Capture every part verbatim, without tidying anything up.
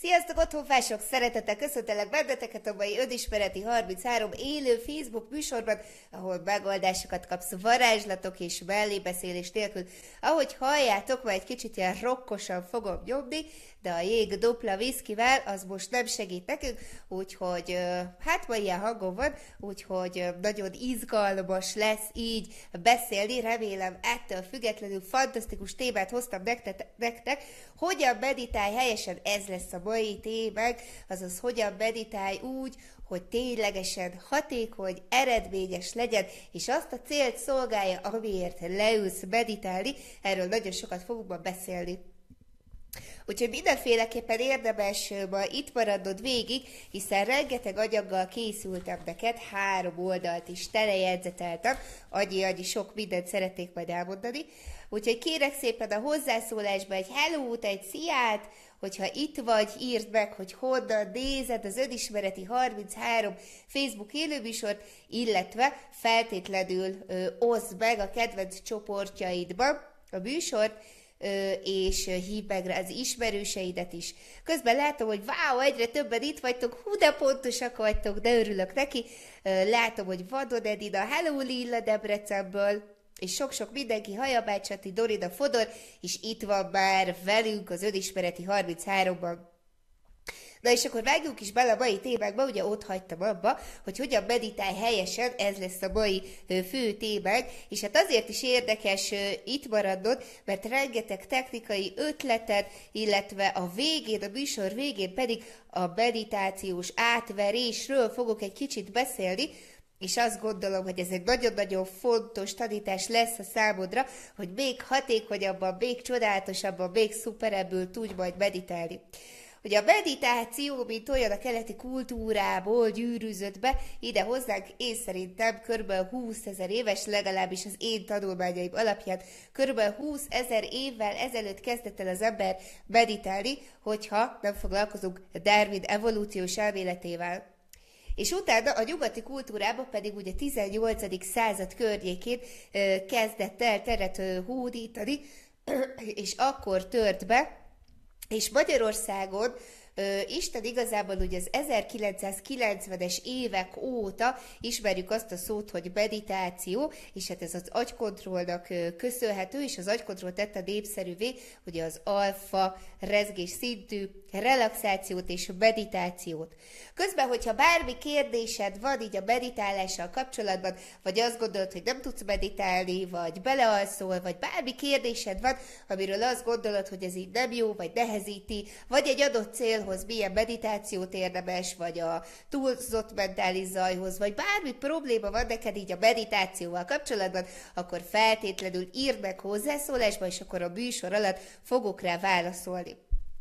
Sziasztok, otthonfások! Szeretettel köszöntelek benneteket a mai önismereti harminchárom élő Facebook műsorban, ahol megoldásokat kapsz varázslatok és mellébeszélés nélkül. Ahogy halljátok, már egy kicsit ilyen rokkosan fogom nyomni, de a jég dupla viszkivel az most nem segít nekünk, úgyhogy hát ma ilyen hangom van, úgyhogy nagyon izgalmas lesz így beszélni. Remélem ettől függetlenül fantasztikus témát hoztam nektek, hogyan meditálj helyesen, ez lesz a mai témánk, azaz hogyan meditálj úgy, hogy ténylegesen hatékony, eredményes legyen, és azt a célt szolgálja, amiért leülsz meditálni. Erről nagyon sokat fogunk ma beszélni. Úgyhogy mindenféleképpen érdemes ma itt maradnod végig, hiszen rengeteg anyaggal készültem neked, három oldalt is telejegyzeteltem, annyi-annyi sok mindent szeretnék majd elmondani. Úgyhogy kérek szépen a hozzászólásba egy hello-t, egy sziát, hogyha itt vagy, írd meg, hogy honnan nézed az önismereti harminchárom Facebook élőműsort, illetve feltétlenül ö, oszd meg a kedvenc csoportjaidban a műsort, és hívd meg rá az ismerőseidet is. Közben látom, hogy wow, egyre többen itt vagytok, hú, de pontosak vagytok, de örülök neki. Látom, hogy Vadon Edina, hello Lilla Debrecenből, és sok-sok mindenki, Hajabácsati, Dorida Fodor, és itt van már velünk az önismereti harmincháromban. Na és akkor vágjunk is bele a mai témákba, ugye ott hagytam abba, hogy hogyan meditálj helyesen, ez lesz a mai fő témánk, és hát azért is érdekes itt maradnod, mert rengeteg technikai ötletet, illetve a végén, a műsor végén pedig a meditációs átverésről fogok egy kicsit beszélni, és azt gondolom, hogy ez egy nagyon-nagyon fontos tanítás lesz a számodra, hogy még hatékonyabban, még csodálatosabban, még szuperebből tudj majd meditálni. Ugye a meditáció, mint olyan a keleti kultúrából gyűrűzött be ide hozzánk, én szerintem kb. húszezer éves, legalábbis az én tanulmányaim alapján kb. húszezer évvel ezelőtt kezdett el az ember meditálni, hogyha nem foglalkozunk Darwin evolúciós elméletével. És utána a nyugati kultúrában pedig ugye tizennyolcadik század környékén kezdett el teret hódítani, és akkor tört be, és Magyarországon ö, Isten igazából ugye az ezerkilencszázkilencvenes évek óta ismerjük azt a szót, hogy meditáció, és hát ez az agykontrollnak ö, köszönhető, és az agykontroll tette népszerűvé, ugye az alfa rezgés szintű relaxációt és meditációt. Közben, hogyha bármi kérdésed van így a meditálással kapcsolatban, vagy azt gondolod, hogy nem tudsz meditálni, vagy belealszol, vagy bármi kérdésed van, amiről azt gondolod, hogy ez így nem jó, vagy nehezíti, vagy egy adott célhoz milyen meditációt érdemes, vagy a túlzott mentális zajhoz, vagy bármi probléma van neked így a meditációval kapcsolatban, akkor feltétlenül írd meg hozzászólásba, és akkor a műsor alatt fogok rá válaszolni.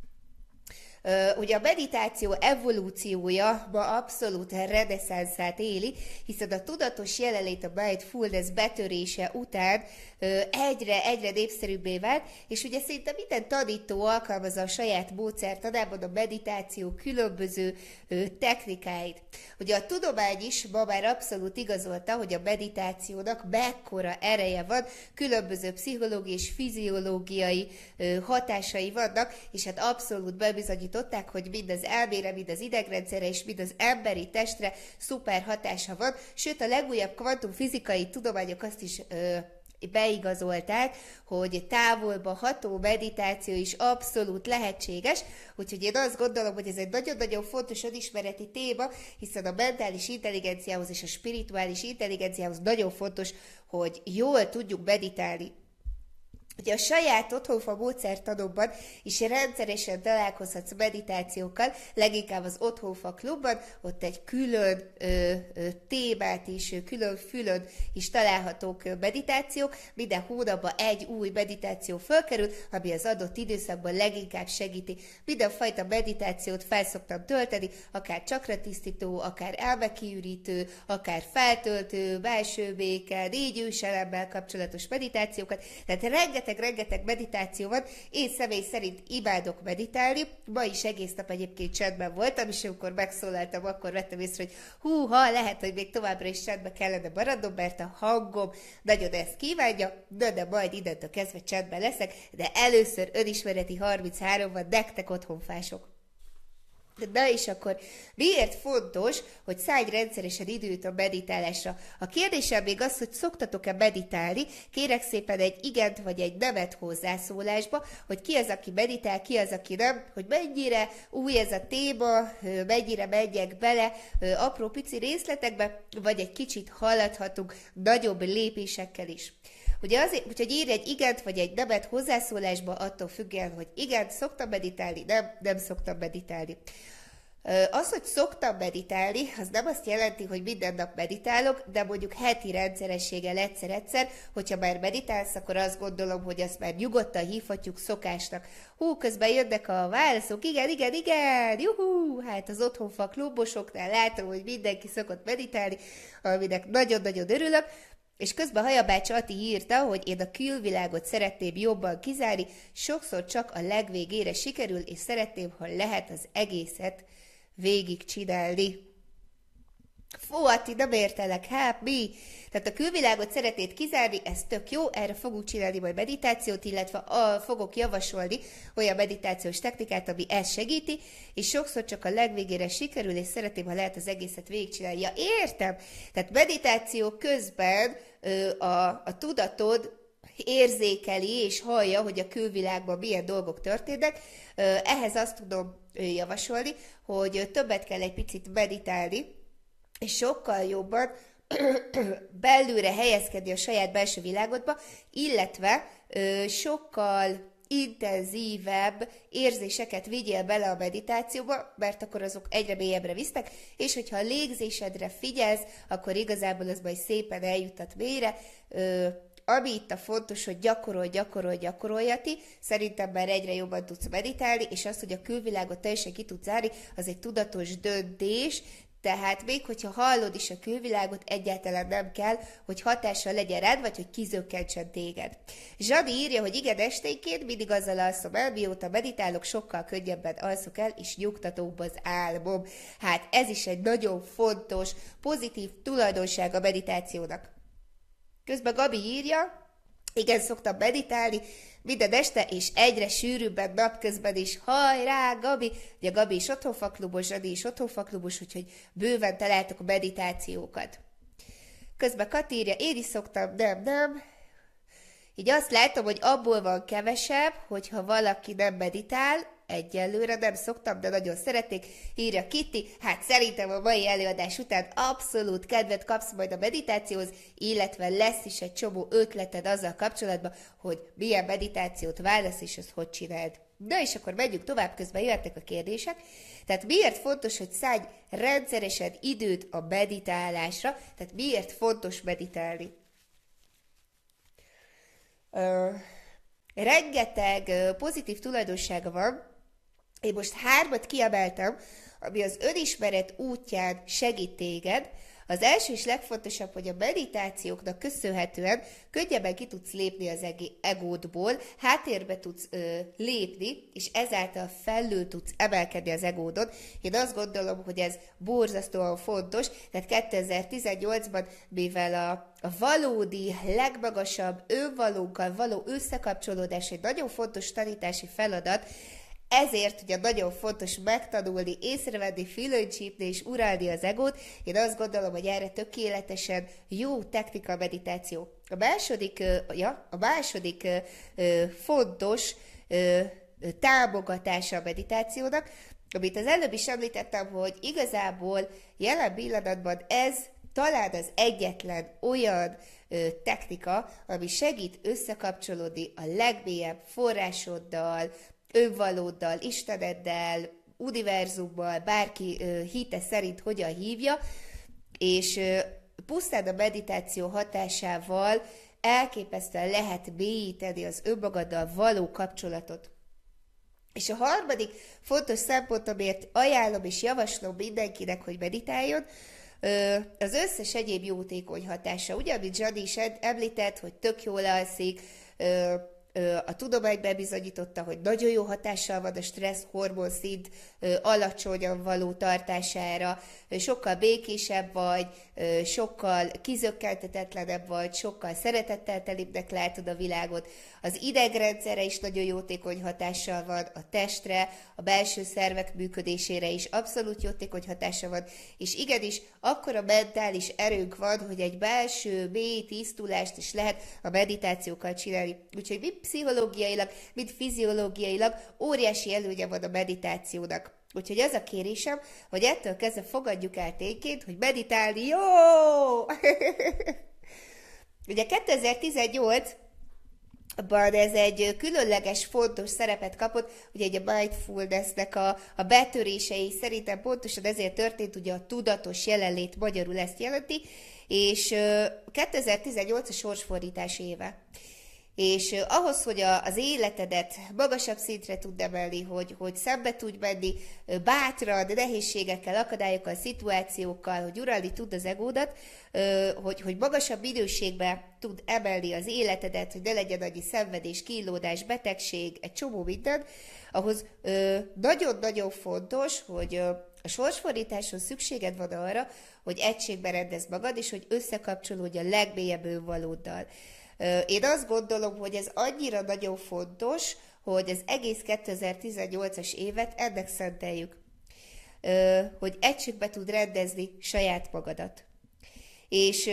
Uh, ugye a meditáció evolúciója ma abszolút reneszánszát éli, hiszen a tudatos jelenlét, a mindfulness betörése után uh, egyre, egyre népszerűbbé vált, és ugye szinte minden tanító alkalmazza a saját módszertanában a meditáció különböző uh, technikáit. Ugye a tudomány is ma már abszolút igazolta, hogy a meditációnak mekkora ereje van, különböző pszichológiai és fiziológiai uh, hatásai vannak, és hát abszolút bebizonyították, hogy mind az elmére, mind az idegrendszerre és mind az emberi testre szuper hatása van, sőt a legújabb kvantumfizikai tudományok azt is ö, beigazolták, hogy távolba ható meditáció is abszolút lehetséges, úgyhogy én azt gondolom, hogy ez egy nagyon-nagyon fontos önismereti téma, hiszen a mentális intelligenciához és a spirituális intelligenciához nagyon fontos, hogy jól tudjuk meditálni. Ugye a saját otthonfa módszertanomban is rendszeresen találkozhatsz meditációkkal, leginkább az Otthonfa klubban, ott egy külön ö, ö, témát is, külön fülön is találhatók meditációk, minden hónapban egy új meditáció fölkerül, ami az adott időszakban leginkább segíti. Mindenfajta meditációt fel szoktam tölteni, akár csakratisztító, akár elmekiürítő, akár feltöltő, belső béke, négy őselemmel kapcsolatos meditációkat, tehát rengeteg rengeteg meditáció van. Én személy szerint imádok meditálni. Ma is egész nap egyébként csendben voltam, és amikor megszólaltam, akkor vettem észre, hogy húha, lehet, hogy még továbbra is csendben kellene maradnom, mert a hangom nagyon ezt kívánja, de, de majd innentől kezdve csendben leszek, de először önismereti harminchárom van, nektek otthonfások. De és akkor miért fontos, hogy szállj rendszeresen időt a meditálásra? A kérdésem még az, hogy szoktatok-e meditálni? Kérek szépen egy igent vagy egy nemet hozzászólásba, hogy ki az, aki meditál, ki az, aki nem, hogy mennyire új ez a téma, mennyire menjek bele apró pici részletekbe, vagy egy kicsit haladhatunk nagyobb lépésekkel is. Ugye azért, úgyhogy írj egy igent vagy egy nemet hozzászólásba, attól függően, hogy igen, szoktam meditálni, nem, nem szoktam meditálni. Az, hogy szoktam meditálni, az nem azt jelenti, hogy minden nap meditálok, de mondjuk heti rendszerességgel egyszer-egyszer, hogyha már meditálsz, akkor azt gondolom, hogy azt már nyugodtan hívhatjuk szokásnak. Hú, közben jönnek a válaszok, igen, igen, igen, juhú, hát az otthonfa klubosoknál látom, hogy mindenki szokott meditálni, aminek nagyon-nagyon örülök. És közben Hajabács Ati írta, hogy én a külvilágot szeretném jobban kizárni, sokszor csak a legvégére sikerül, és szeretném, ha lehet az egészet végigcsinálni. Fú, Ati, nem értelek, hát mi? Tehát a külvilágot szeretnéd kizárni, ez tök jó, erre fogunk csinálni majd meditációt, illetve a, fogok javasolni olyan meditációs technikát, ami ezt segíti, és sokszor csak a legvégére sikerül, és szeretném, ha lehet az egészet végigcsinálni. Ja, értem! Tehát meditáció közben ö, a, a tudatod érzékeli és hallja, hogy a külvilágban milyen dolgok történnek. Ö, ehhez azt tudom javasolni, hogy többet kell egy picit meditálni, és sokkal jobban belülre helyezkedni a saját belső világodba, illetve ö, sokkal intenzívebb érzéseket vigyél bele a meditációba, mert akkor azok egyre mélyebbre visznek, és hogyha a légzésedre figyelsz, akkor igazából az majd szépen eljuttat mélyre. Ö, ami itt a fontos, hogy gyakorolj, gyakorolj, gyakorolj, szerintem már egyre jobban tudsz meditálni, és az, hogy a külvilágot teljesen ki tudsz zárni, az egy tudatos döntés, tehát még hogyha hallod is a külvilágot, egyáltalán nem kell, hogy hatással legyen rád, vagy hogy kizökkentsen téged. Zsadi írja, hogy igen, esténként mindig azzal alszom el, mióta meditálok, sokkal könnyebben alszok el, és nyugtatóbb az álmom. Hát ez is egy nagyon fontos, pozitív tulajdonság a meditációnak. Közben Gabi írja, igen, szoktam meditálni minden este, és egyre sűrűbben napközben is. Hajrá, Gabi! Ugye Gabi is otthonfaklubos, Zsadi is otthonfaklubos, úgyhogy bőven találtok a meditációkat. Közben Kati írja, én is szoktam, nem, nem. Így azt látom, hogy abból van kevesebb, hogyha valaki nem meditál, egyelőre nem szoktam, de nagyon szeretnék, írja Kitty. Hát szerintem a mai előadás után abszolút kedvet kapsz majd a meditációhoz, illetve lesz is egy csomó ötleted azzal kapcsolatban, hogy milyen meditációt válasz, és azt hogy csináld. Na és akkor megyünk tovább, közben jöttek a kérdések. Tehát miért fontos, hogy szállj rendszeresen időt a meditálásra? Tehát miért fontos meditálni? Uh, rengeteg uh, pozitív tulajdonsága van. Én most hármat kiemeltem, ami az önismeret útján segít téged. Az első és legfontosabb, hogy a meditációknak köszönhetően könnyebben ki tudsz lépni az egódból, háttérbe tudsz ö, lépni, és ezáltal felül tudsz emelkedni az egódon. Én azt gondolom, hogy ez borzasztóan fontos, tehát kétezer-tizennyolcban, mivel a, a valódi, legmagasabb önvalónkkal való összekapcsolódás egy nagyon fontos tanítási feladat, ezért ugye nagyon fontos megtanulni, észrevenni, fülöncsípni és uralni az egót. Én azt gondolom, hogy erre tökéletesen jó technika a meditáció. A második, ja, a második fontos támogatása a meditációnak, amit az előbb is említettem, hogy igazából jelen pillanatban ez talán az egyetlen olyan ö, technika, ami segít összekapcsolódni a legmélyebb forrásoddal, önvalóddal, Isteneddel, univerzummal, bárki ö, hite szerint hogyan hívja, és ö, pusztán a meditáció hatásával elképesztően lehet mélyíteni az önmagaddal való kapcsolatot. És a harmadik fontos szempont, amiért ajánlom és javaslom mindenkinek, hogy meditáljon, az összes egyéb jótékony hatása. Ugye, amit Zsadi is említett, hogy tök jól alszik, a tudomány bebizonyította, hogy nagyon jó hatással van a stressz hormonszint alacsonyan való tartására, sokkal békésebb vagy, sokkal kizökkentetetlenebb vagy, sokkal szeretettel telibbnek látod a világot. Az idegrendszerre is nagyon jótékony hatással van, a testre, a belső szervek működésére is abszolút jótékony hatása van, és igenis, akkora mentális erőnk van, hogy egy belső mély tisztulást is lehet a meditációkkal csinálni. Úgyhogy mind pszichológiailag, mind fiziológiailag óriási előnye van a meditációnak. Úgyhogy az a kérésem, hogy ettől kezdve fogadjuk el tényként, hogy meditálni jó! Ugye kétezer-tizennyolc ban ez egy különleges, fontos szerepet kapott, ugye egy a mindfulness-nek a, a betörései szerintem pontosan ezért történt, ugye a tudatos jelenlét magyarul ezt jelenti, és kétezer-tizennyolc a sorsfordítás éve. És uh, ahhoz, hogy a, az életedet magasabb szintre tud emelni, hogy, hogy szembe tudj menni uh, bátran, nehézségekkel, akadályokkal, szituációkkal, hogy uralni tud az egódat, uh, hogy, hogy magasabb minőségbe tud emelni az életedet, hogy ne legyen annyi szenvedés, kínlódás, betegség, egy csomó minden, ahhoz uh, nagyon-nagyon fontos, hogy uh, a sorsfordításon szükséged van arra, hogy egységbe rendezd magad, és hogy összekapcsolódj a legmélyebb önvalóddal. Én azt gondolom, hogy ez annyira nagyon fontos, hogy az egész kétezer-tizennyolcas évet ennek szenteljük, hogy egységbe tud rendezni saját magadat. És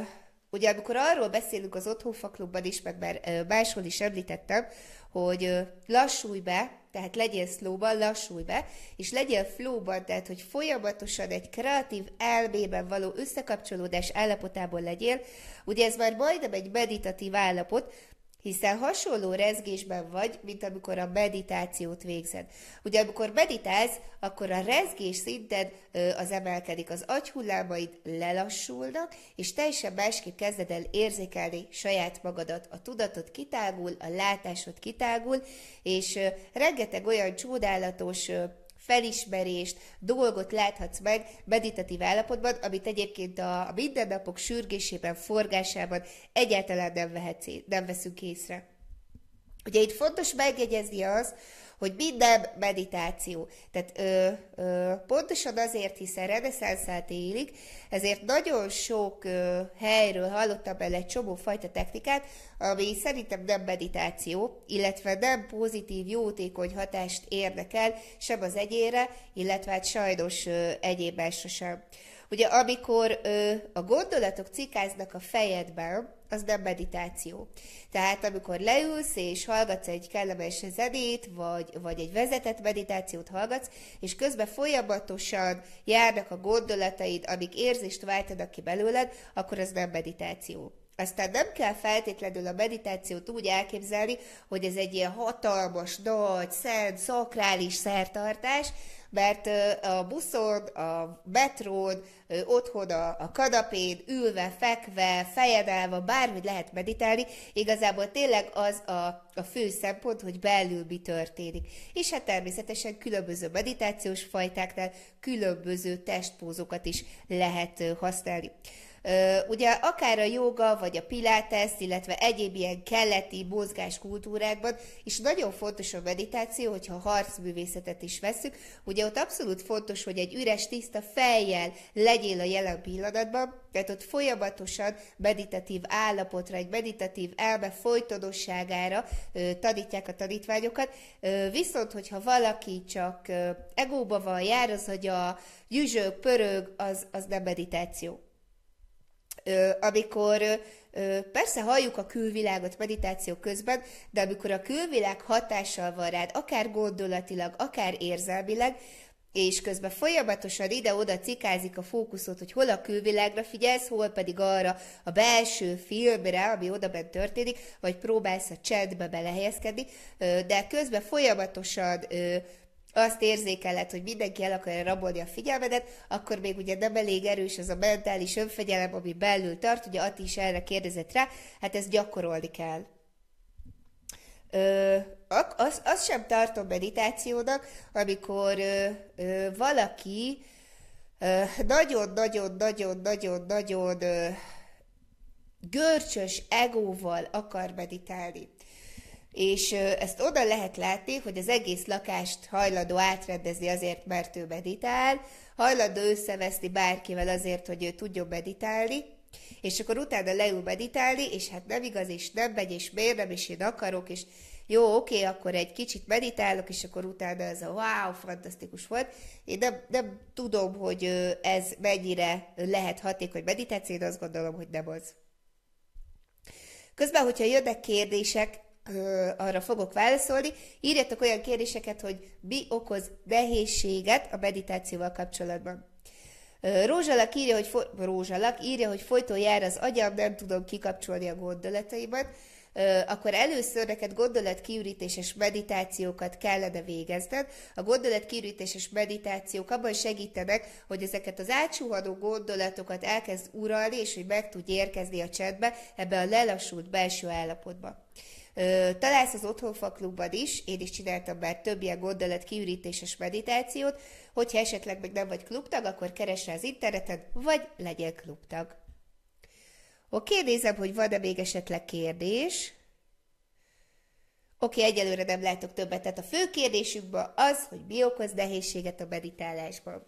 ugye amikor arról beszélünk az Otthonfa Klubban is, meg már máshol is említettem, hogy lassulj be, tehát legyél slowban, lassulj be, és legyél flowban, tehát hogy folyamatosan egy kreatív elmében való összekapcsolódás állapotából legyél. Ugye ez már majdnem egy meditatív állapot, hiszen hasonló rezgésben vagy, mint amikor a meditációt végzed. Ugye amikor meditálsz, akkor a rezgés szinted az emelkedik, az agyhullámaid lelassulnak, és teljesen másképp kezded el érzékelni saját magadat. A tudatod kitágul, a látásod kitágul, és rengeteg olyan csodálatos felismerést, dolgot láthatsz meg meditatív állapotban, amit egyébként a mindennapok sürgésében, forgásában egyáltalán nem, vehetsz, nem veszünk észre. Ugye itt fontos megjegyezni az, hogy minden meditáció. Tehát ö, ö, pontosan azért, hiszen reneszánszát élik, ezért nagyon sok ö, helyről hallottam el egy csomó fajta technikát, ami szerintem nem meditáció, illetve nem pozitív, jótékony hatást érnek el, sem az egyénre, illetve hát sajnos ö, egyéb másra sem. Ugye amikor ö, a gondolatok cikáznak a fejedben, az nem meditáció. Tehát amikor leülsz és hallgatsz egy kellemes zenét, vagy, vagy egy vezetett meditációt hallgatsz, és közben folyamatosan járnak a gondolataid, amik érzést váltanak ki belőled, akkor az nem meditáció. Aztán nem kell feltétlenül a meditációt úgy elképzelni, hogy ez egy ilyen hatalmas, nagy, szent, szakrális szertartás, mert a buszon, a metrón, otthon a, a kanapén, ülve, fekve, fejedelve, bárhogy lehet meditálni, igazából tényleg az a, a fő szempont, hogy belül mi történik. És hát természetesen különböző meditációs fajtáknál különböző testpózokat is lehet használni. Ugye akár a jóga, vagy a pilates, illetve egyéb ilyen keleti mozgáskultúrákban is nagyon fontos a meditáció, hogyha a harcművészetet is vesszük. Ugye ott abszolút fontos, hogy egy üres, tiszta fejjel legyél a jelen pillanatban, tehát ott folyamatosan meditatív állapotra, egy meditatív elme folytonosságára tanítják a tanítványokat. Viszont, hogyha valaki csak egóba van, jár az, hogy a gyüzsög, pörög, az, az nem meditáció. Amikor persze halljuk a külvilágot meditáció közben, de amikor a külvilág hatással van rád, akár gondolatilag, akár érzelmileg, és közben folyamatosan ide-oda cikázik a fókuszot, hogy hol a külvilágra figyelsz, hol pedig arra a belső filmre, ami odabent történik, vagy próbálsz a csendbe belehelyezkedni, de közben folyamatosan azt érzékeled, hogy mindenki el akarja rabolni a figyelmedet, akkor még ugye nem elég erős az a mentális önfegyelem, ami belül tart, ugye Ati is erre kérdezett rá, hát ezt gyakorolni kell. Ö, azt az sem tartom meditációnak, amikor ö, ö, valaki nagyon-nagyon-nagyon-nagyon-nagyon görcsös egóval akar meditálni. és ezt oda lehet látni, hogy az egész lakást hajlandó átrendezni azért, mert ő meditál, hajlandó összeveszni bárkivel azért, hogy ő tudjon meditálni, és akkor utána leül meditálni, és hát nem igaz, és nem megy, és miért nem, és én akarok, és jó, oké, akkor egy kicsit meditálok, és akkor utána ez a wow, fantasztikus volt. Én nem, nem tudom, hogy ez mennyire lehet hatékony meditáció, de azt gondolom, hogy nem az. Közben, hogyha jönnek kérdések, arra fogok válaszolni. Írjatok olyan kérdéseket, hogy mi okoz nehézséget a meditációval kapcsolatban. Rózsalak írja, hogy, fo- Rózsalak írja, hogy folyton jár az agyam, nem tudom kikapcsolni a gondolataimat. Akkor először neked gondolatkiürítéses meditációkat kellene végezned. A gondolatkiürítéses meditációk abban segítenek, hogy ezeket az átsuhanó gondolatokat elkezd uralni, és hogy meg tudj érkezni a csendbe, ebbe a lelassult belső állapotba. Találsz az Otthonfa Klubban is, én is csináltam már több ilyen gondolatkiürítéses meditációt, hogyha esetleg még nem vagy klubtag, akkor keresd rá az interneten, vagy legyél klubtag. Oké, nézem, hogy van-e még esetleg kérdés. Oké, egyelőre nem látok többet, tehát a fő kérdésünkben az, hogy mi okoz nehézséget a meditálásban.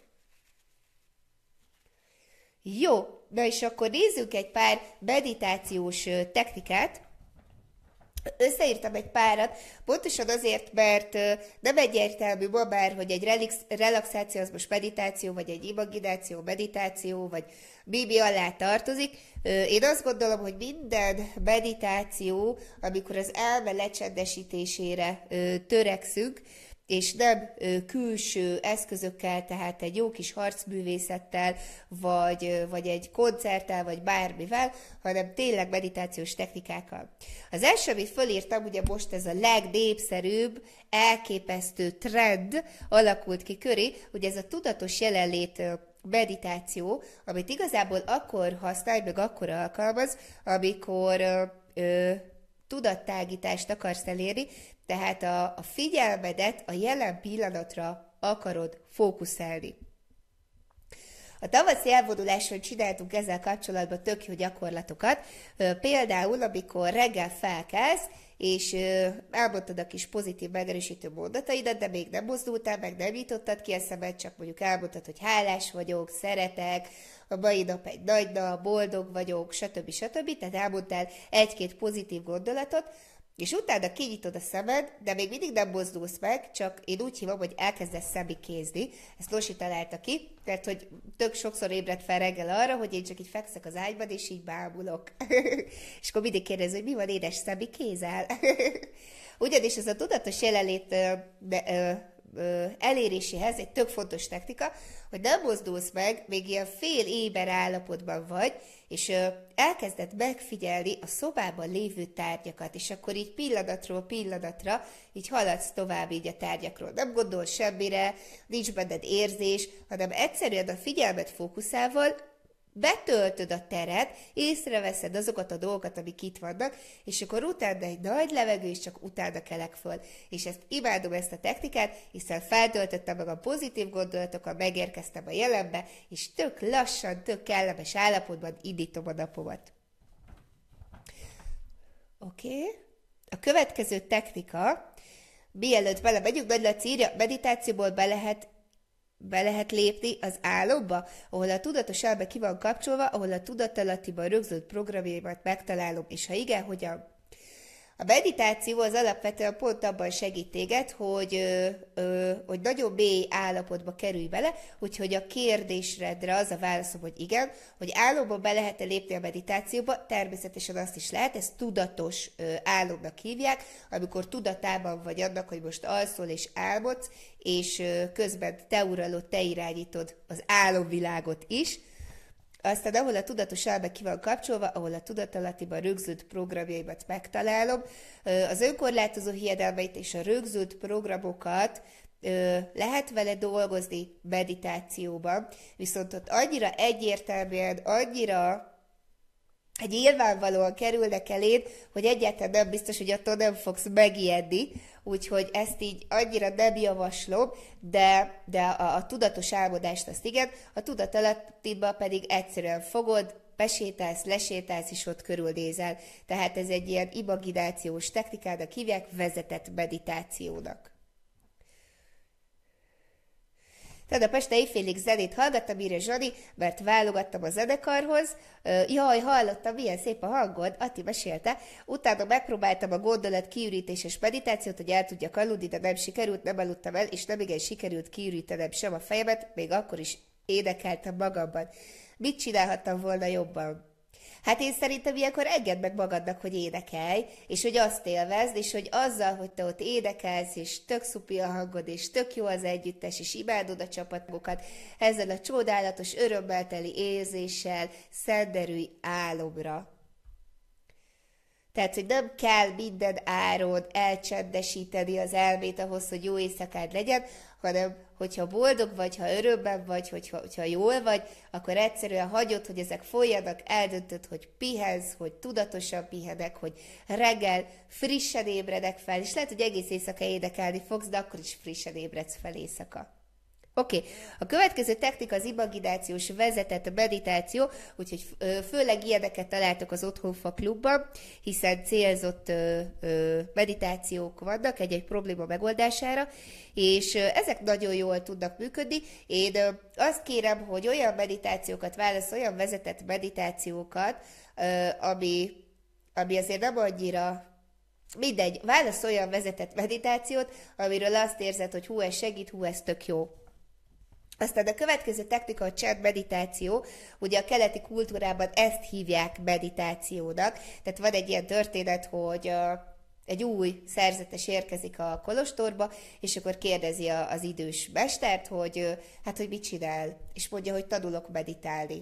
Jó, na és akkor nézzük egy pár meditációs technikát. Összeírtam egy párat, pontosan azért, mert nem egyértelmű ma már, hogy egy relax, relaxáció az most meditáció, vagy egy imagináció, meditáció, vagy mi mi alá tartozik. Én azt gondolom, hogy minden meditáció, amikor az elme lecsendesítésére törekszünk, és nem külső eszközökkel, tehát egy jó kis harcművészettel, vagy, vagy egy koncerttel, vagy bármivel, hanem tényleg meditációs technikákkal. Az első, amit fölírtam, ugye most ez a legnépszerűbb, elképesztő trend alakult ki köré, ugye ez a tudatos jelenlét meditáció, amit igazából akkor használj, meg akkor alkalmaz, amikor ö, ö, tudattágítást akarsz elérni, tehát a, a figyelmedet a jelen pillanatra akarod fókuszálni. A tavaszi elvonuláson csináltunk ezzel kapcsolatban tök jó gyakorlatokat. Például, amikor reggel felkelsz, és elmondtad a kis pozitív megerősítő mondataidat, de még nem mozdultál, meg nem nyitottad ki a szemed, csak mondjuk elmondtad, hogy hálás vagyok, szeretek, a mai nap egy nagy nap, boldog vagyok, stb. stb. Tehát elmondtál egy-két pozitív gondolatot, és utána kinyitod a szemed, de még mindig nem mozdulsz meg, csak én úgy hívom, hogy elkezdesz szemikézni. Ezt Losi találta ki, mert hogy tök sokszor ébredt fel reggel arra, hogy én csak így fekszek az ágyban, és így bámulok. És akkor mindig kérdez, hogy mi van, édes, szemikézel? Ugyanis ez a tudatos jelenlét de, ö, ö, eléréséhez egy tök fontos technika, hogy nem mozdulsz meg, még ilyen fél éber állapotban vagy, és ö, elkezded megfigyelni a szobában lévő tárgyakat, és akkor így pillanatról pillanatra így haladsz tovább így a tárgyakról. Nem gondolsz semmire, nincs benned érzés, hanem egyszerűen a figyelmet fókuszával betöltöd a teret, észreveszed azokat a dolgokat, amik itt vannak, és akkor utána egy nagy levegő, és csak utána kelek föl. És ezt imádom, ezt a technikát, hiszen feltöltöttem meg a pozitív gondolatokkal, megérkeztem a jelenbe, és tök lassan, tök kellemes állapotban indítom a napomat. Oké. Okay. A következő technika, mielőtt bele megyünk, Nagy Laci írja, meditációból be lehet be lehet lépni az álomba, ahol a tudatos elme ki van kapcsolva, ahol a tudatalattiban rögzült programjaimat megtalálom, és ha igen, hogyan? A meditáció az alapvetően pont abban segít téged, hogy, ö, ö, hogy nagyon mély állapotba kerülj bele, úgyhogy a kérdésredre az a válaszom, hogy igen, hogy álomba be lehet-e lépni a meditációba, természetesen azt is lehet, ezt tudatos ö, álomnak hívják, amikor tudatában vagy annak, hogy most alszol és álmodsz, és ö, közben te uralod, te irányítod az álomvilágot is. Aztán ahol a tudatos elme ki van kapcsolva, ahol a tudatalattiban rögzült programjaimat megtalálom, az önkorlátozó hiedelmeit és a rögzült programokat lehet vele dolgozni meditációban, viszont ott annyira egyértelműen, annyira hogy nyilvánvalóan kerülnek eléd, hogy egyáltalán nem biztos, hogy attól nem fogsz megijedni, úgyhogy ezt így annyira nem javaslom, de, de a, a tudatos álmodást azt igen, a tudatalattiba pedig egyszerűen fogod, besétálsz, lesétálsz, és ott körülnézel. Tehát ez egy ilyen imaginációs technikának hívják, vezetett meditációnak. Tegnap este éjfélig zenét hallgattam, írja Zsani, mert válogattam a zenekarhoz. Jaj, hallottam, milyen szép a hangod, Atti mesélte. Utána megpróbáltam a gondolat kiürítéses meditációt, hogy el tudjak aludni, de nem sikerült, nem aludtam el, és nem igen sikerült kiürítenem sem a fejemet, még akkor is énekeltem magamban. Mit csinálhattam volna jobban? Hát én szerintem ilyenkor engedd meg magadnak, hogy énekelj, és hogy azt élvezd, és hogy azzal, hogy te ott énekelsz, és tök szupi a hangod, és tök jó az együttes, és imádod a csapatokat, ezzel a csodálatos, örömmel teli érzéssel szenderülj álomra. Tehát, hogy nem kell minden áron elcsendesíteni az elmét ahhoz, hogy jó éjszakád legyen, hanem hogyha boldog vagy, ha örömben vagy, hogyha, hogyha jól vagy, akkor egyszerűen hagyod, hogy ezek folyjanak, eldöntöd, hogy pihensz, hogy tudatosan pihenek, hogy reggel frissen ébredek fel, és lehet, hogy egész éjszaka énekelni fogsz, de akkor is frissen ébredsz fel éjszaka. Oké, okay. A következő technika az imaginációs vezetett meditáció, úgyhogy főleg ilyeneket találtok az Otthonfa klubban, hiszen célzott ö, ö, meditációk vannak egy-egy probléma megoldására, és ö, ezek nagyon jól tudnak működni. Én ö, azt kérem, hogy olyan meditációkat válasz, olyan vezetett meditációkat, ö, ami, ami azért nem annyira... Mindegy, válasz olyan vezetett meditációt, amiről azt érzed, hogy hú, ez segít, hú, ez tök jó. Aztán a következő technika a csend meditáció, ugye a keleti kultúrában ezt hívják meditációnak, tehát van egy ilyen történet, hogy uh, egy új szerzetes érkezik a kolostorba, és akkor kérdezi a, az idős mestert, hogy uh, hát, hogy mit csinál, és mondja, hogy tanulok meditálni.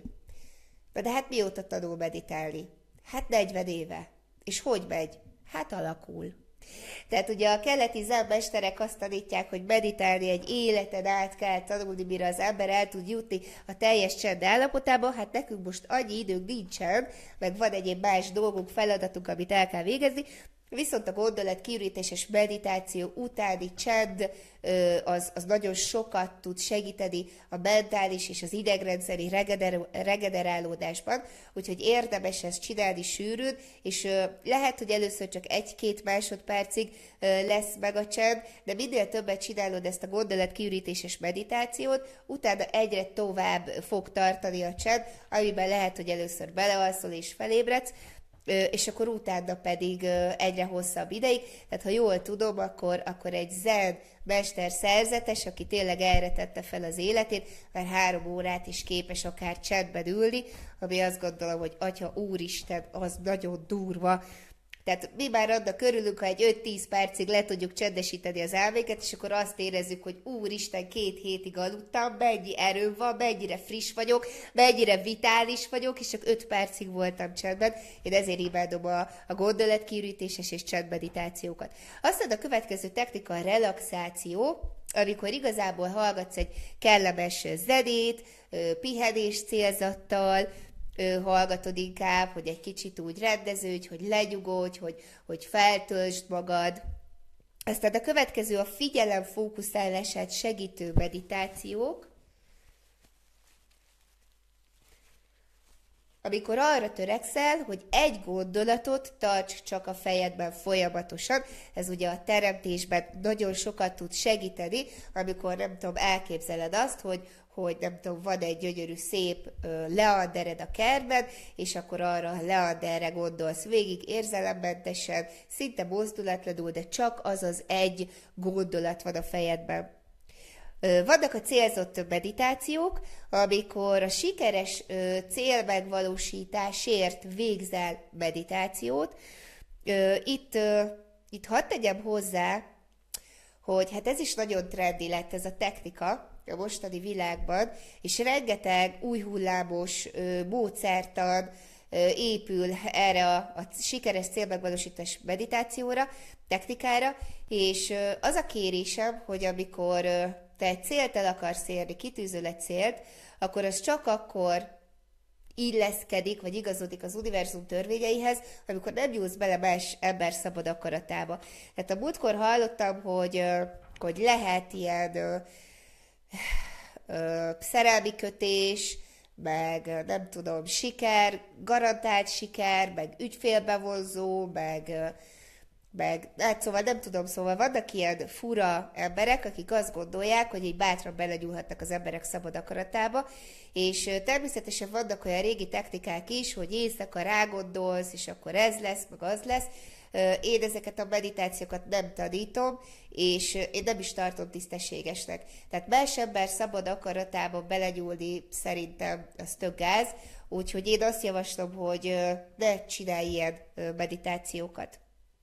Na de hát mióta tanul meditálni? Hát negyven éve. És hogy megy? Hát alakul. Tehát ugye a keleti zen mesterek azt tanítják, hogy meditálni egy életen át kell tanulni, mire az ember el tud jutni a teljes csend állapotába. Hát nekünk most annyi időnk nincsen, meg van egyéb más dolgunk, feladatunk, amit el kell végezni, viszont a gondolat kiürítéses meditáció utáni csend az, az nagyon sokat tud segíteni a mentális és az idegrendszeri regenerálódásban, úgyhogy érdemes ezt csinálni sűrűn, és lehet, hogy először csak egy-két másodpercig lesz meg a csend, de minél többet csinálod ezt a gondolat kiürítéses meditációt, utána egyre tovább fog tartani a csend, amiben lehet, hogy először belealszol és felébredsz, és akkor utána pedig egyre hosszabb ideig. Tehát ha jól tudom, akkor, akkor egy zen mester szerzetes, aki tényleg erre tette fel az életét, már három órát is képes akár csendben ülni, ami azt gondolom, hogy Atya Úristen, az nagyon durva. Tehát mi már annak örülünk, ha egy öt-tíz percig le tudjuk csendesíteni az elméket, és akkor azt érezzük, hogy úristen, két hétig aludtam, mennyi erőm van, mennyire friss vagyok, mennyire vitális vagyok, és csak öt percig voltam csendben. Én ezért imádom a, a gondolatkiürítéses és csendmeditációkat. Aztán a következő technika a relaxáció, amikor igazából hallgatsz egy kellemes zenét, pihenés célzattal, hallgatod inkább, hogy egy kicsit úgy rendeződj, hogy legyugodj, hogy, hogy feltöltsd magad. Aztán a következő a figyelem fókuszálását segítő meditációk, amikor arra törekszel, hogy egy gondolatot tarts csak a fejedben folyamatosan. Ez ugye a teremtésben nagyon sokat tud segíteni, amikor nem tudom, elképzeled azt, hogy hogy nem tudom, van egy gyönyörű szép ö, leandered a kertben, és akkor arra a leanderre gondolsz végig érzelemmentesen, szinte mozdulatlanul, de csak az az egy gondolat van a fejedben. Ö, vannak a célzott meditációk, amikor a sikeres ö, célmegvalósításért végzel meditációt. Ö, itt, ö, itt hadd tegyem hozzá, hogy hát ez is nagyon trendi lett ez a technika a mostani világban, és rengeteg új hullámos ö, módszertan ö, épül erre a, a sikeres célmegvalósítás meditációra, technikára, és ö, az a kérésem, hogy amikor ö, te egy célt el akarsz érni, kitűzöl egy célt, akkor az csak akkor illeszkedik, vagy igazodik az univerzum törvényeihez, amikor nem nyúlsz bele más ember szabad akaratába. Tehát a múltkor hallottam, hogy, hogy lehet ilyen ö, ö, szerelmi kötés, meg nem tudom, siker, garantált siker, meg ügyfélbevonzó, meg, meg hát szóval nem tudom, szóval vannak ilyen fura emberek, akik azt gondolják, hogy így bátran belegyúlhatnak az emberek szabad akaratába, és természetesen vannak olyan régi technikák is, hogy éjszaka rágondolsz, és akkor ez lesz, meg az lesz. Én ezeket a meditációkat nem tanítom, és én nem is tartom tisztességesnek. Tehát más ember szabad akaratába belegyúlni szerintem az tök gáz, úgyhogy én azt javaslom, hogy ne csinálj ilyen meditációkat.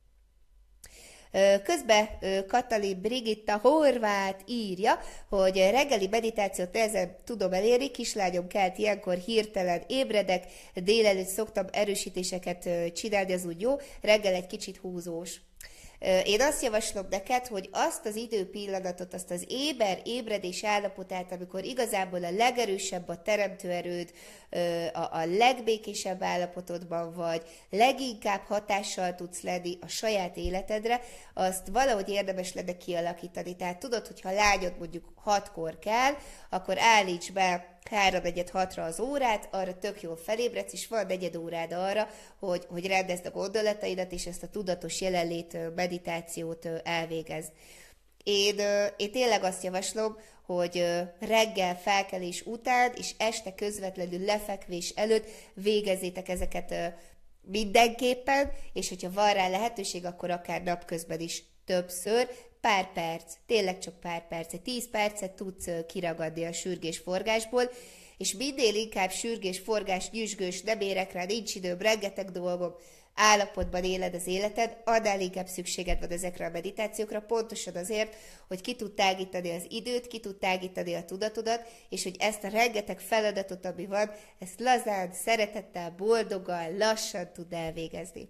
Közben Katalin Brigitta Horváth írja, hogy reggeli meditációt nehezen tudom elérni, kislányom kelt ilyenkor, hirtelen ébredek, délelőtt szoktam erősítéseket csinálni, az úgy jó, reggel egy kicsit húzós. Én azt javaslom neked, hogy azt az időpillanatot, azt az éber, ébredés állapotát, amikor igazából a legerősebb a teremtőerőd, a, a legbékésebb állapotodban vagy, leginkább hatással tudsz lenni a saját életedre, azt valahogy érdemes lenne kialakítani. Tehát tudod, hogyha lányod mondjuk hatkor kell, akkor állíts be háromnegyed hatra az órát, arra tök jól felébredsz, és van negyed órád arra, hogy, hogy rendezd a gondolataidat, és ezt a tudatos jelenlét meditációt elvégezd. Én, én tényleg azt javaslom, hogy reggel felkelés után, és este közvetlenül lefekvés előtt végezzétek ezeket mindenképpen, és hogyha van rá lehetőség, akkor akár napközben is többször, pár perc, tényleg csak pár perc, egy tíz percet tudsz kiragadni a sürgés-forgásból, és minél inkább sürgés-forgás, nyüzsgős, nem érek rá, nincs időm, rengeteg dolgom, állapotban éled az életed, annál inkább szükséged van ezekre a meditációkra, pontosan azért, hogy ki tud tágítani az időt, ki tud tágítani a tudatodat, és hogy ezt a rengeteg feladatot, ami van, ezt lazán, szeretettel, boldogan, lassan tud elvégezni.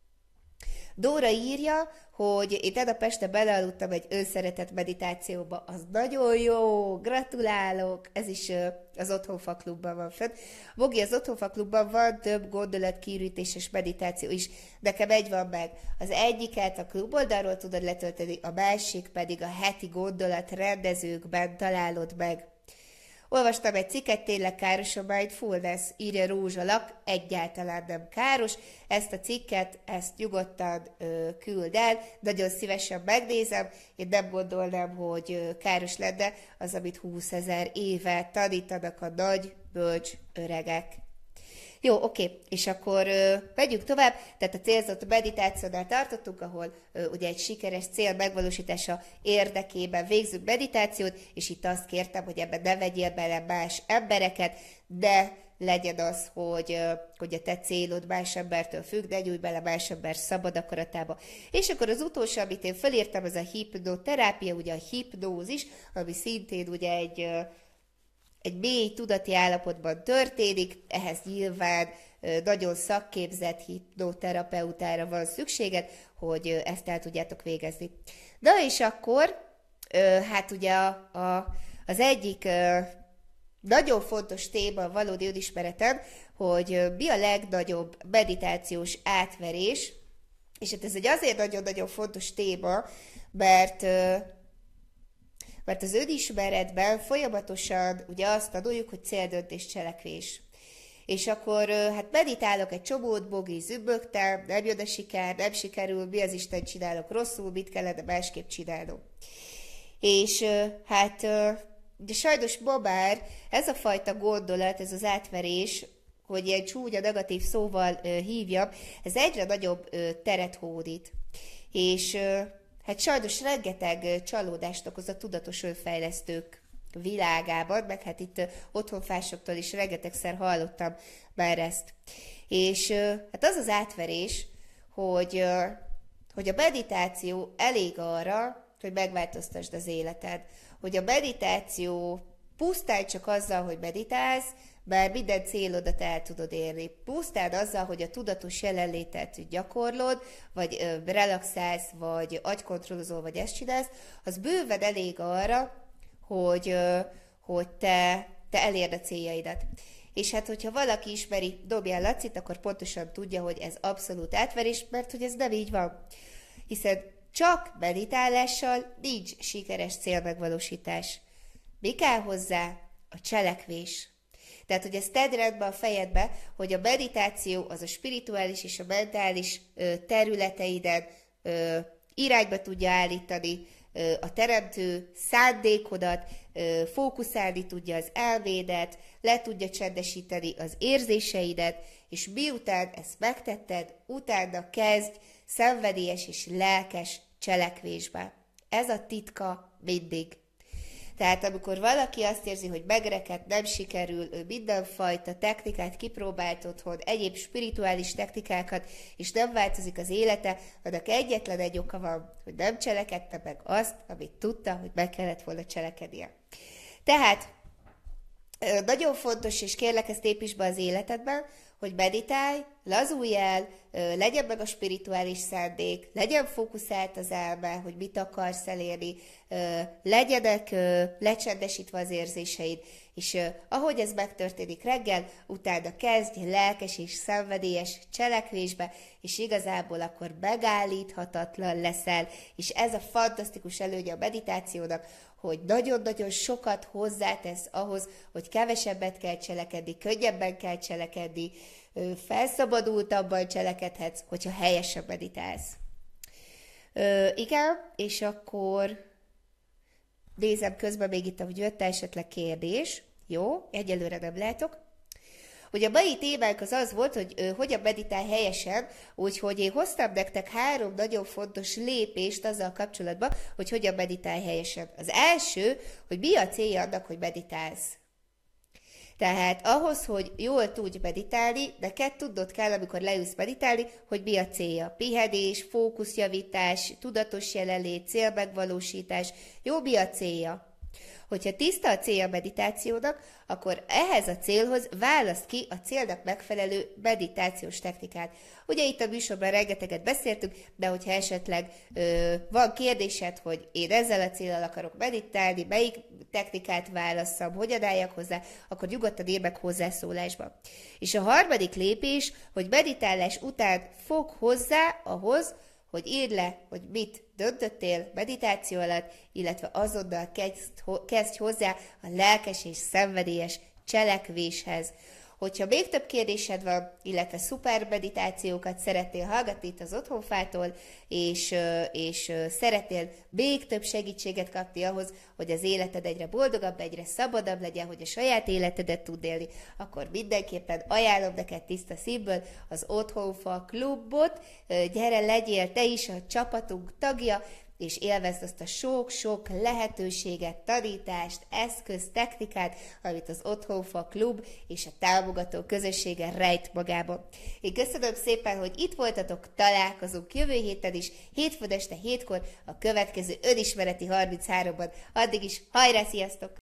Dóra írja, hogy én tegnap este belealudtam egy önszeretet meditációba, az nagyon jó, gratulálok, ez is az Otthonfa Klubban van fönn. Bogi, az Otthonfa Klubban van több gondolatkiürítéses meditáció is, nekem egy van meg. Az egyiket a kluboldalról tudod letölteni, a másik pedig a heti gondolatrendezőkben találod meg. Olvastam egy cikket, tényleg káros a mindfulness, írja Rózsalak, egyáltalán nem káros. Ezt a cikket, ezt nyugodtan ö, küld el, nagyon szívesen megnézem. Én nem gondolnám, hogy ö, káros lenne az, amit húszezer éve tanítanak a nagy, bölcs öregek. Jó, oké, és akkor ö, megyünk tovább, tehát a célzott meditációnál tartottunk, ahol ö, ugye egy sikeres cél megvalósítása érdekében végzünk meditációt, és itt azt kértem, hogy ebben ne vegyél bele más embereket, de legyen az, hogy, ö, hogy a te célod más embertől függ, ne nyújj bele más ember szabad akaratába. És akkor az utolsó, amit én felírtam, az a hipnoterápia, ugye a hipnózis, ami szintén ugye egy... Ö, egy mély tudati állapotban történik, ehhez nyilván nagyon szakképzett hipnoterapeutára van szükséged, hogy ezt el tudjátok végezni. Na és akkor, hát ugye a, a, az egyik nagyon fontos téma a valódi önismeretem, hogy mi a legnagyobb meditációs átverés, és hát ez egy azért nagyon-nagyon fontos téma, mert... Mert az önismeretben folyamatosan ugye azt tanuljuk, hogy céldöntés, cselekvés. És akkor hát meditálok egy csomót, Bogi zübbögtem, nem jön a siker, nem sikerül, mi az Isten csinálok rosszul, mit kellene másképp csinálnom. És hát de sajnos ma már ez a fajta gondolat, ez az átverés, hogy ilyen csúnya negatív szóval hívjam, ez egyre nagyobb teret hódít. És... Hát sajnos rengeteg csalódást okoz a tudatos önfejlesztők világában, meg hát itt otthonfásoktól is rengetegszer hallottam már ezt. És hát az az átverés, hogy, hogy a meditáció elég arra, hogy megváltoztasd az életed. Hogy a meditáció pusztán csak azzal, hogy meditálsz, bár minden célodat el tudod érni. Pusztán azzal, hogy a tudatos jelenlétet gyakorlod, vagy ö, relaxálsz, vagy agykontrollozol, vagy ezt csinálsz, az bőven elég arra, hogy, ö, hogy te, te elérd a céljaidat. és hát hogyha valaki ismeri Dobján Lacit, akkor pontosan tudja, hogy ez abszolút átverés, mert hogy ez nem így van. Hiszen csak meditálással nincs sikeres célmegvalósítás. Mi kell hozzá? A cselekvés. Tehát, hogy ezt tedd rendbe a fejedbe, hogy a meditáció az a spirituális és a mentális ö, területeiden ö, irányba tudja állítani ö, a teremtő szándékodat, ö, fókuszálni tudja az elmédet, le tudja csendesíteni az érzéseidet, és miután ezt megtetted, utána kezdj szenvedélyes és lelkes cselekvésbe. Ez a titka mindig. Tehát amikor valaki azt érzi, hogy megrekedt, nem sikerül, ő mindenfajta technikát kipróbált otthon, egyéb spirituális technikákat, és nem változik az élete, annak egyetlen egy oka van, hogy nem cselekedte meg azt, amit tudta, hogy meg kellett volna cselekednie. Tehát nagyon fontos, és kérlek ezt építs be az életedben, hogy meditálj, lazulj el, legyen meg a spirituális szándék, legyen fókuszált az elme, hogy mit akarsz elérni, legyenek lecsendesítve az érzéseid, és ahogy ez megtörténik reggel, utána kezdj lelkes és szenvedélyes cselekvésbe, és igazából akkor megállíthatatlan leszel, és ez a fantasztikus előnye a meditációnak, hogy nagyon-nagyon sokat hozzátesz ahhoz, hogy kevesebbet kell cselekedni, könnyebben kell cselekedni, felszabadultabban cselekedhetsz, hogyha helyesen meditálsz. Ö, igen, és akkor nézem közben még itt, hogy jött esetleg kérdés. Jó, egyelőre nem látok. Ugye a mai témánk az az volt, hogy ö, hogyan meditálj helyesen, úgyhogy én hoztam nektek három nagyon fontos lépést azzal kapcsolatban, hogy hogyan meditálj helyesen. Az első, hogy mi a célja annak, hogy meditálsz. Tehát ahhoz, hogy jól tudj meditálni, neked tudnod kell, amikor leülsz meditálni, hogy mi a célja. Pihenés, fókuszjavítás, tudatos jelenlét, célmegvalósítás. Jó, mi a célja? Hogyha tiszta a célja a meditációnak, akkor ehhez a célhoz választ ki a célnak megfelelő meditációs technikát. Ugye itt a műsorban rengeteget beszéltünk, de hogyha esetleg ö, van kérdésed, hogy én ezzel a céllal akarok meditálni, melyik technikát válasszam, hogyan álljak hozzá, akkor nyugodtan írd meg hozzászólásba. És a harmadik lépés, hogy meditálás után fog hozzá ahhoz, hogy írd le, hogy mit döntöttél meditáció alatt, illetve azonnal kezd, kezdj hozzá a lelkes és szenvedélyes cselekvéshez. Hogyha még több kérdésed van, illetve szuper meditációkat szeretnél hallgatni itt az Otthonfától, és, és szeretnél még több segítséget kapni ahhoz, hogy az életed egyre boldogabb, egyre szabadabb legyen, hogy a saját életedet tud élni, akkor mindenképpen ajánlom neked tiszta szívből az Otthonfa klubot. Gyere, legyél te is a csapatunk tagja, és élvezd azt a sok-sok lehetőséget, tanítást, eszköz, technikát, amit az Otthonfa Klub és a támogató közössége rejt magában. Én köszönöm szépen, hogy itt voltatok, találkozunk jövő héten is, hétfőn este hétkor a következő önismereti harmincháromban. Addig is hajrá, sziasztok!